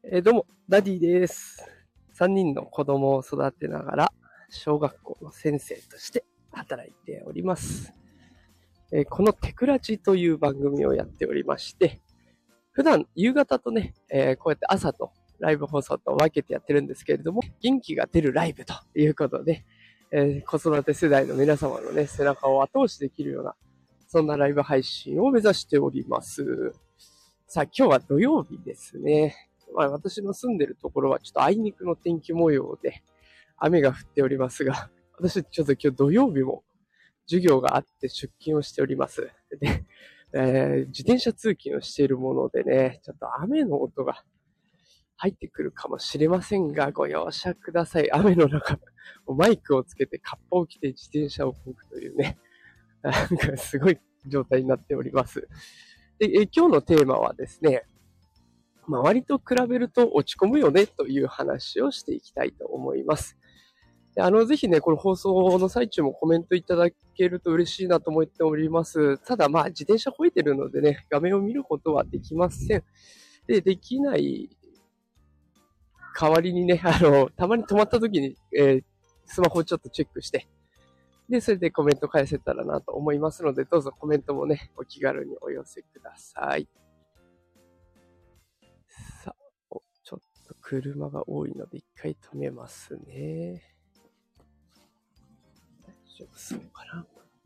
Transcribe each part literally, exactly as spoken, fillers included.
えーどうも、ダディです。さんにんの子供を育てながら、小学校の先生として働いております。えーこのテクラジという番組をやっておりまして、普段夕方とね、えーこうやって朝とライブ放送と分けてやってるんですけれども、元気が出るライブということで、えー子育て世代の皆様のね、背中を後押しできるような、そんなライブ配信を目指しております。さあ、今日は土曜日ですね。まあ、私の住んでるところはちょっとあいにくの天気模様で雨が降っておりますが、私ちょっと今日土曜日も授業があって出勤をしております。で、えー自転車通勤をしているものでね、ちょっと雨の音が入ってくるかもしれませんが、ご容赦ください。雨の中、マイクをつけてカッパを着て自転車を漕ぐというね、なんかすごい状態になっております。で、え今日のテーマはですね、周りと比べると落ち込むよねという話をしていきたいと思います。であの、ぜひね、この放送の最中もコメントいただけると嬉しいなと思っております。ただまあ、自転車漕いでるのでね、画面を見ることはできません。で、できない代わりにね、あの、たまに止まった時に、えースマホをちょっとチェックして、で、それでコメント返せたらなと思いますので、どうぞコメントもね、お気軽にお寄せください。さあ、おちょっと車が多いので一回止めますね。大丈夫そうかな。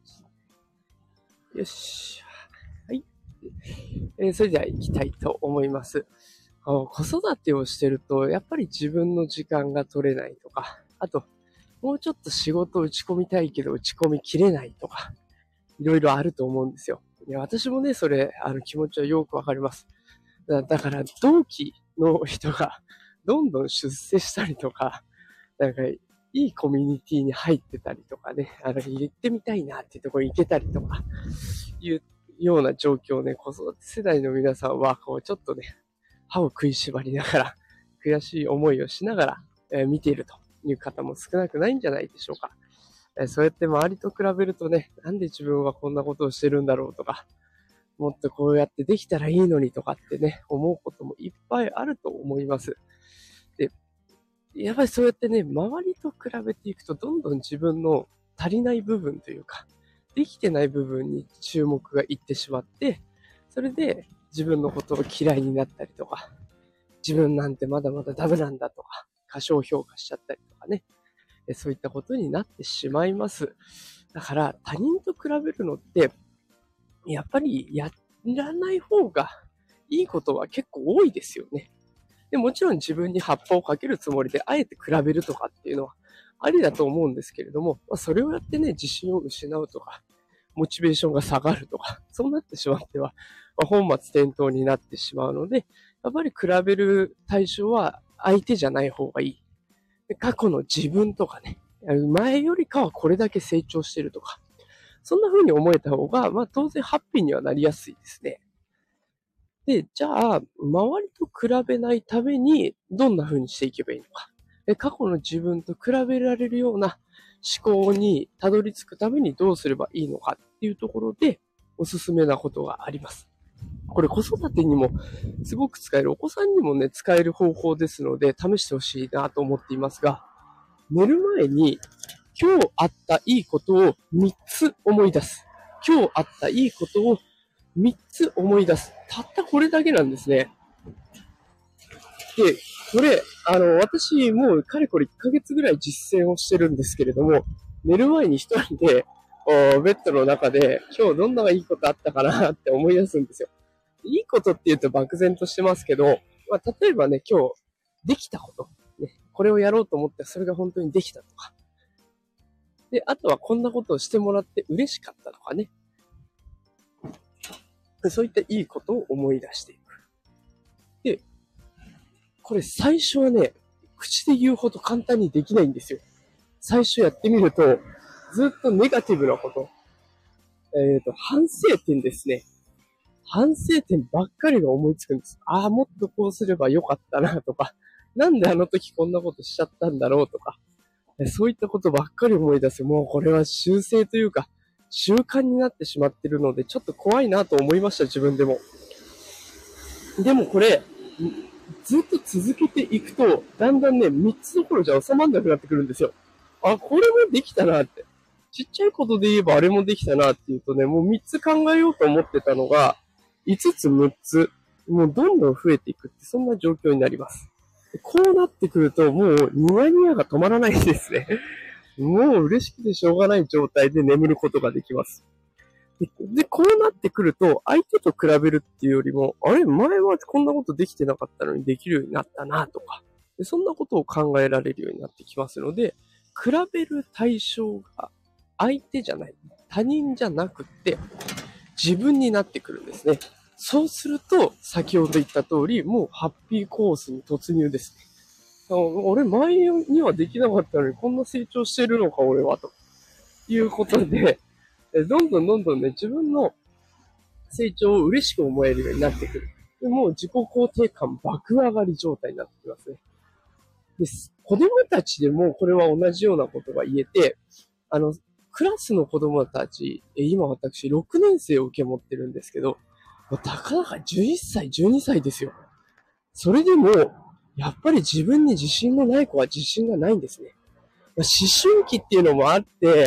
よし。はい。えーそれでは行きたいと思います。あの子育てをしてると、やっぱり自分の時間が取れないとか、あと、もうちょっと仕事を打ち込みたいけど打ち込みきれないとか、いろいろあると思うんですよ。いや私もね、それ、あの気持ちはよくわかります。だだから、同期の人がどんどん出世したりとか、なんか、いいコミュニティに入ってたりとかね、あの、行ってみたいなっていうところに行けたりとか、いうような状況をね、子育て世代の皆さんは、こう、ちょっとね、歯を食いしばりながら、悔しい思いをしながら、えー見ているという方も少なくないんじゃないでしょうか。えーそうやって周りと比べるとね、なんで自分はこんなことをしてるんだろうとか、もっとこうやってできたらいいのにとかってね、思うこともいっぱいあると思います。で、やっぱりそうやってね、周りと比べていくと、どんどん自分の足りない部分というか、できてない部分に注目がいってしまって、それで自分のことを嫌いになったりとか、自分なんてまだまだダメなんだとか、過小評価しちゃったりとかね、そういったことになってしまいます。だから他人と比べるのって、やっぱりやらない方がいいことは結構多いですよね。でもちろん自分に葉っぱをかけるつもりであえて比べるとかっていうのはありだと思うんですけれども、まあ、それをやってね、自信を失うとか、モチベーションが下がるとか、そうなってしまっては、まあ、本末転倒になってしまうので、やっぱり比べる対象は相手じゃない方がいい。で過去の自分とかね、前よりかはこれだけ成長してるとか、そんな風に思えた方が、まあ当然ハッピーにはなりやすいですね。で、じゃあ、周りと比べないために、どんな風にしていけばいいのか。過去の自分と比べられるような思考にたどり着くためにどうすればいいのかっていうところで、おすすめなことがあります。これ子育てにもすごく使える、お子さんにもね、使える方法ですので、試してほしいなと思っていますが、寝る前に今日あったいいことをみっつ思い出す。今日あったいいことをみっつ思い出す。たったこれだけなんですね。で、これ、あの、私、もうかれこれいっかげつぐらい実践をしてるんですけれども、寝る前に一人で、ベッドの中で、今日どんないいことあったかなって思い出すんですよ。いいことって言うと漠然としてますけど、まあ、例えばね、今日、できたこと、ね、これをやろうと思ってそれが本当にできたとか。で、あとはこんなことをしてもらって嬉しかったとかね。そういったいいことを思い出していく。で、これ最初はね、口で言うほど簡単にできないんですよ。最初やってみると、ずっとネガティブなこと。えっと、反省点ですね。反省点ばっかりが思いつくんです。ああ、もっとこうすればよかったなとか、なんであの時こんなことしちゃったんだろうとか、そういったことばっかり思い出す。もうこれは修正というか、習慣になってしまっているので、ちょっと怖いなと思いました、自分でも。でもこれ、 ずっと続けていくと、だんだんね、みっつどころじゃ収まんなくなってくるんですよ。あ、これもできたなって。ちっちゃいことで言えばあれもできたなっていうとね、もうみっつ考えようと思ってたのが、いつつむっつ、もうどんどん増えていくって、そんな状況になります。こうなってくると、もうニヤニヤが止まらないですね。もう嬉しくてしょうがない状態で眠ることができます。で、でこうなってくると、相手と比べるっていうよりも、あれ、前はこんなことできてなかったのにできるようになったなとか、でそんなことを考えられるようになってきますので、比べる対象が相手じゃない、他人じゃなくって自分になってくるんですね。そうすると、先ほど言った通り、もうハッピーコースに突入ですね。俺、前にはできなかったのに、こんな成長してるのか、俺は、ということで、どんどんどんどんね、自分の成長を嬉しく思えるようになってくる。でもう自己肯定感爆上がり状態になってきますね。です。子供たちでもこれは同じようなことが言えて、あの、クラスの子供たち、今私ろくねん生を受け持ってるんですけど、たかだかじゅういっさい、じゅうにさいですよ。それでも、やっぱり自分に自信のない子は自信がないんですね。思春期っていうのもあって、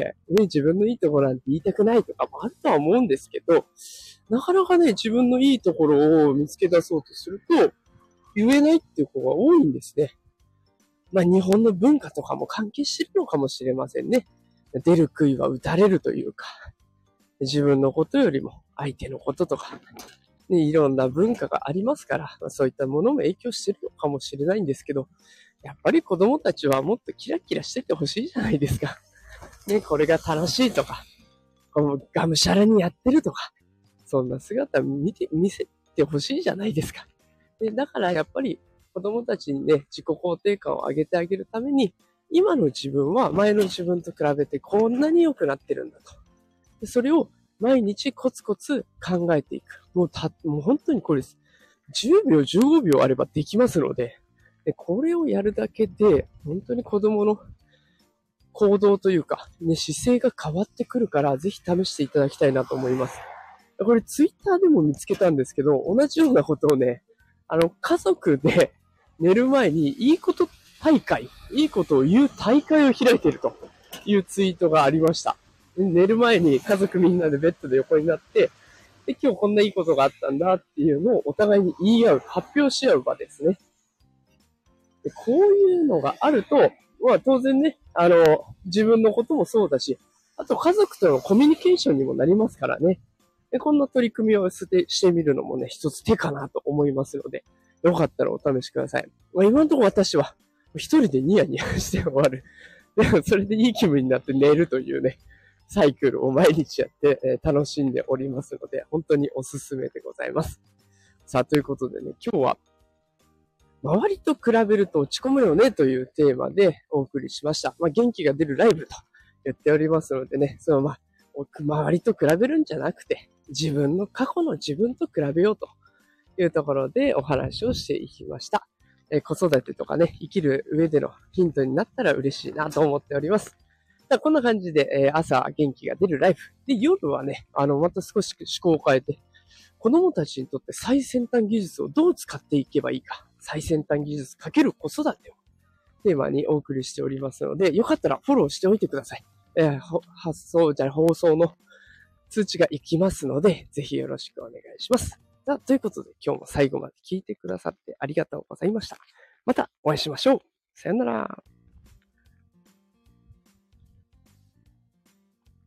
ね、自分のいいところなんて言いたくないとかもあるとは思うんですけど、なかなかね、自分のいいところを見つけ出そうとすると、言えないっていう子が多いんですね。まあ日本の文化とかも関係してるのかもしれませんね。出る杭は打たれるというか、自分のことよりも相手のこととか、ね、いろんな文化がありますから、そういったものも影響してるのかもしれないんですけど、やっぱり子供たちはもっとキラキラしててほしいじゃないですか。ね、これが楽しいとか、このがむしゃらにやってるとか、そんな姿見て、見せてほしいじゃないですか。で、だからやっぱり子供たちにね、自己肯定感を上げてあげるために、今の自分は前の自分と比べてこんなに良くなってるんだと。でそれを毎日コツコツ考えていく。もうた、もう本当にこれです。じゅうびょう、じゅうごびょうあればできますので、でこれをやるだけで、本当に子供の行動というか、ね、姿勢が変わってくるから、ぜひ試していただきたいなと思います。これツイッターでも見つけたんですけど、同じようなことをね、あの、家族で寝る前にいいこと大会、いいことを言う大会を開いているというツイートがありました。寝る前に家族みんなでベッドで横になって、で、今日こんないいことがあったんだっていうのをお互いに言い合う、発表し合う場ですね。でこういうのがあると、まあ当然ね、あの、自分のこともそうだし、あと家族とのコミュニケーションにもなりますからね。でこんな取り組みをしてしてみるのもね、一つ手かなと思いますので、よかったらお試しください。まあ、今のところ私は一人でニヤニヤして終わる。でもそれでいい気分になって寝るというね、サイクルを毎日やって、えー、楽しんでおりますので、本当におすすめでございます。さあ、ということでね、今日は周りと比べると落ち込むよねというテーマでお送りしました。まあ、元気が出るライブと言っておりますのでね、そのまあ、周りと比べるんじゃなくて、自分の過去の自分と比べようというところでお話をしていきました。えー、子育てとかね、生きる上でのヒントになったら嬉しいなと思っております。こんな感じで、えー、朝元気が出るライブ。で、夜はね、あの、また少し思考を変えて、子供たちにとって最先端技術をどう使っていけばいいか。最先端技術かける子育てをテーマにお送りしておりますので、よかったらフォローしておいてください。えー、発送じゃ放送の通知が行きますので、ぜひよろしくお願いします。さあ、ということで今日も最後まで聞いてくださってありがとうございました。またお会いしましょう。さよなら。